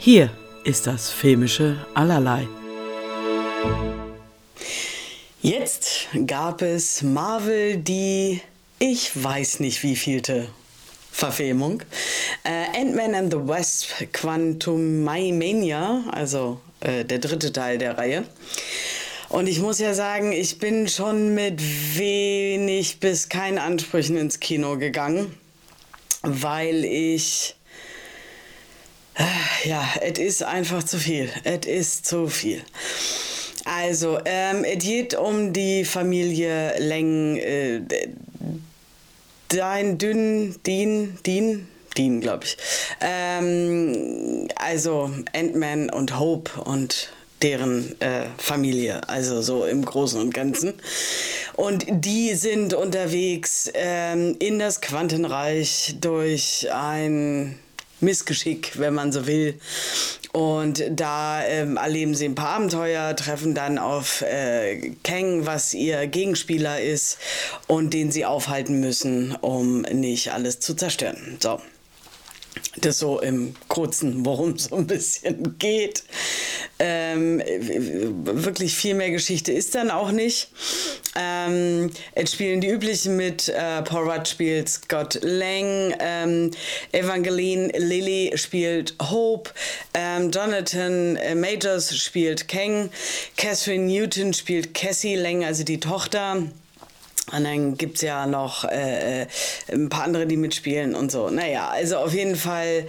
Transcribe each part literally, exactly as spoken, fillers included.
Hier ist das filmische Allerlei. Jetzt gab es Marvel die, ich weiß nicht wievielte Verfilmung. Äh, Ant-Man and the Wasp Quantumania, also äh, der dritte Teil der Reihe. Und ich muss ja sagen, ich bin schon mit wenig bis keinen Ansprüchen ins Kino gegangen, weil ich... Äh, ja, es ist einfach zu viel. Es ist zu viel. Also, ähm, es geht um die Familie Lang, äh, Dein, Dünn, Dean, Dean, Dean, glaube ich. Ähm, also Ant-Man und Hope und deren äh, Familie, also so im Großen und Ganzen. Und die sind unterwegs ähm, in das Quantenreich durch ein Missgeschick, wenn man so will. Und da ähm, erleben sie ein paar Abenteuer, treffen dann auf äh, Kang, was ihr Gegenspieler ist und den sie aufhalten müssen, um nicht alles zu zerstören. So. Das so im Kurzen, worum es so ein bisschen geht. Ähm, wirklich viel mehr Geschichte ist dann auch nicht. Ähm, jetzt spielen die üblichen mit. Äh, Paul Rudd spielt Scott Lang. Ähm, Evangeline Lilly spielt Hope. Ähm, Jonathan Majors spielt Kang. Catherine Newton spielt Cassie Lang, also die Tochter. Und dann gibt es ja noch äh, ein paar andere, die mitspielen und so. Naja, also auf jeden Fall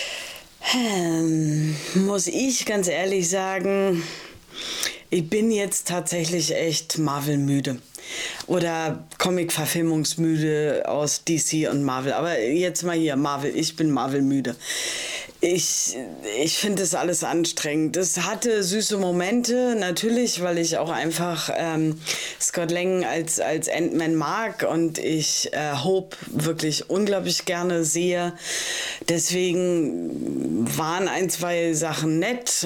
ähm, muss ich ganz ehrlich sagen, ich bin jetzt tatsächlich echt Marvel-müde. Oder Comic-Verfilmungsmüde aus D C und Marvel. Aber jetzt mal hier, Marvel, ich bin Marvel-müde. Ich, ich finde das alles anstrengend. Es hatte süße Momente, natürlich, weil ich auch einfach ähm, Scott Lang als, als Ant-Man mag und ich äh, Hope wirklich unglaublich gerne sehe. Deswegen waren ein, zwei Sachen nett.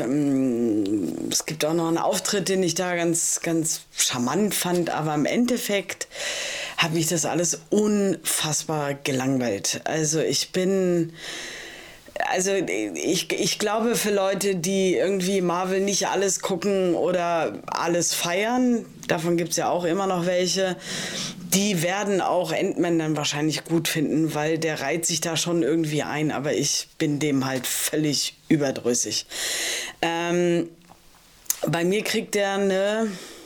Es gibt auch noch einen Auftritt, den ich da ganz, ganz charmant fand, aber im Endeffekt hat mich das alles unfassbar gelangweilt. Also ich bin... Also ich, ich glaube, für Leute, die irgendwie Marvel nicht alles gucken oder alles feiern, davon gibt es ja auch immer noch welche, die werden auch Ant-Man dann wahrscheinlich gut finden, weil der reiht sich da schon irgendwie ein, aber ich bin dem halt völlig überdrüssig. Ähm, bei mir kriegt der eine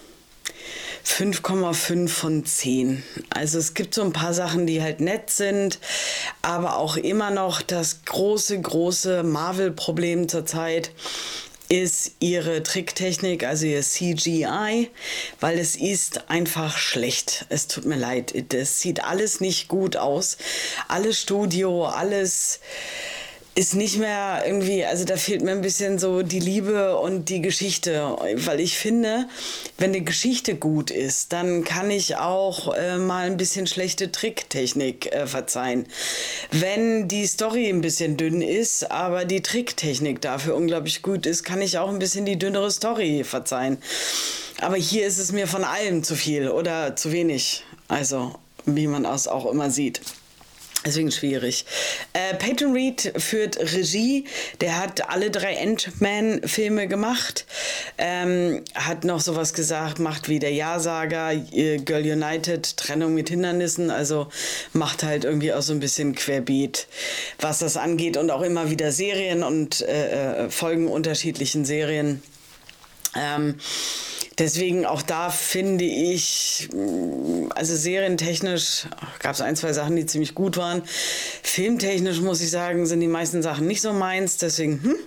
fünf Komma fünf von zehn. Also es gibt so ein paar Sachen, die halt nett sind, aber auch immer noch das große, große Marvel-Problem zurzeit ist ihre Tricktechnik, also ihr C G I, weil es ist einfach schlecht. Es tut mir leid, das sieht alles nicht gut aus. Alles Studio, alles... ist nicht mehr irgendwie, also da fehlt mir ein bisschen so die Liebe und die Geschichte, weil ich finde, wenn die Geschichte gut ist, dann kann ich auch äh, mal ein bisschen schlechte Tricktechnik äh, verzeihen. Wenn die Story ein bisschen dünn ist, aber die Tricktechnik dafür unglaublich gut ist, kann ich auch ein bisschen die dünnere Story verzeihen. Aber hier ist es mir von allem zu viel oder zu wenig, also wie man es auch immer sieht. Deswegen schwierig. Äh, Peyton Reed führt Regie. Der hat alle drei Ant-Man-Filme gemacht. Ähm, hat noch sowas gesagt, macht wie der Ja-Sager, äh, Girl United, Trennung mit Hindernissen. Also macht halt irgendwie auch so ein bisschen Querbeet, was das angeht. Und auch immer wieder Serien und äh, Folgen unterschiedlichen Serien. Ähm, Deswegen auch da finde ich, also serientechnisch gab es ein, zwei Sachen, die ziemlich gut waren. Filmtechnisch muss ich sagen, sind die meisten Sachen nicht so meins, deswegen hm,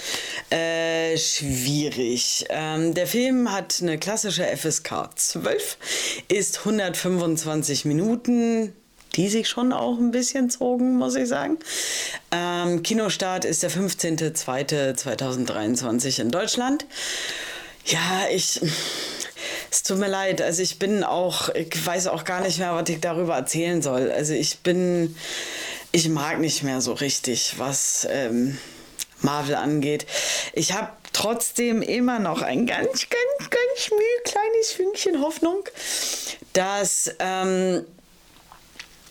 äh, schwierig. Ähm, der Film hat eine klassische F S K zwölf, ist hundertfünfundzwanzig Minuten, die sich schon auch ein bisschen zogen, muss ich sagen. Ähm, Kinostart ist der fünfzehnter zweiter zweitausenddreiundzwanzig in Deutschland. Ja, ich, es tut mir leid, also ich bin auch, ich weiß auch gar nicht mehr, was ich darüber erzählen soll. Also ich bin, ich mag nicht mehr so richtig, was ähm, Marvel angeht. Ich habe trotzdem immer noch ein ganz, ganz, ganz müh kleines Fünkchen Hoffnung, dass ähm,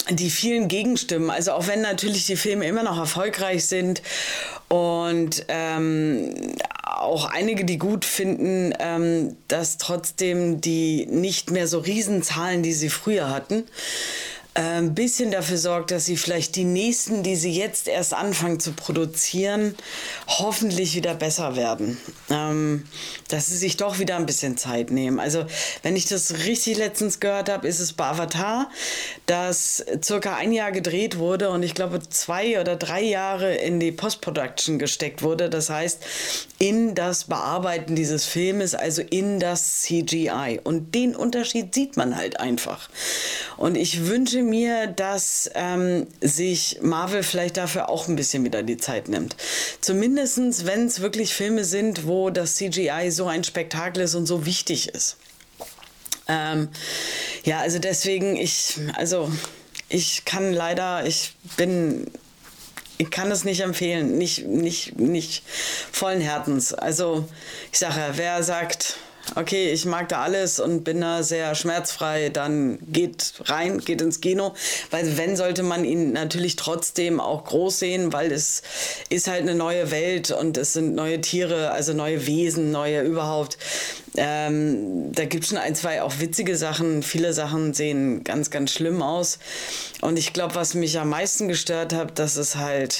die vielen Gegenstimmen, also auch wenn natürlich die Filme immer noch erfolgreich sind und ähm, auch einige, die gut finden, ähm, dass trotzdem die nicht mehr so Riesenzahlen, die sie früher hatten, ein bisschen dafür sorgt, dass sie vielleicht die nächsten, die sie jetzt erst anfangen zu produzieren, hoffentlich wieder besser werden. Ähm, dass sie sich doch wieder ein bisschen Zeit nehmen. Also wenn ich das richtig letztens gehört habe, ist es bei Avatar, das circa ein Jahr gedreht wurde und ich glaube zwei oder drei Jahre in die Post-Production gesteckt wurde. Das heißt, in das Bearbeiten dieses Filmes, also in das C G I. Und den Unterschied sieht man halt einfach. Und ich wünsche mir, dass ähm, sich Marvel vielleicht dafür auch ein bisschen wieder die Zeit nimmt. Zumindest, wenn es wirklich Filme sind, wo das C G I so ein Spektakel ist und so wichtig ist. Ähm, ja, also deswegen, ich, also ich kann leider, ich bin... Ich kann es nicht empfehlen, nicht, nicht, nicht vollen Herzens. Also ich sage, wer sagt, okay, ich mag da alles und bin da sehr schmerzfrei, dann geht rein, geht ins Kino. Weil wenn, sollte man ihn natürlich trotzdem auch groß sehen, weil es ist halt eine neue Welt und es sind neue Tiere, also neue Wesen, neue überhaupt. Ähm, da gibt es schon ein, zwei auch witzige Sachen. Viele Sachen sehen ganz, ganz schlimm aus. Und ich glaube, was mich am meisten gestört hat, dass es halt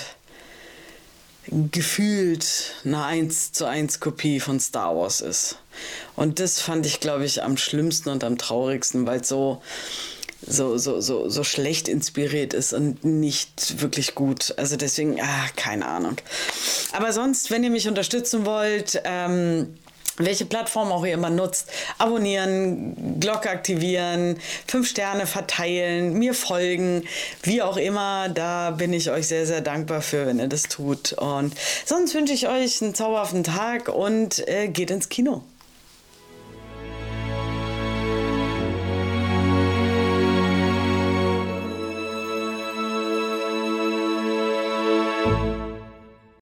gefühlt eine eins zu eins Kopie von Star Wars ist. Und das fand ich, glaube ich, am schlimmsten und am traurigsten, weil es so, so, so, so, so schlecht inspiriert ist und nicht wirklich gut. Also deswegen, ah, keine Ahnung. Aber sonst, wenn ihr mich unterstützen wollt, ähm, welche Plattform auch ihr immer nutzt, abonnieren, Glocke aktivieren, fünf Sterne verteilen, mir folgen, wie auch immer, da bin ich euch sehr, sehr dankbar für, wenn ihr das tut. Und sonst wünsche ich euch einen zauberhaften Tag und äh, geht ins Kino.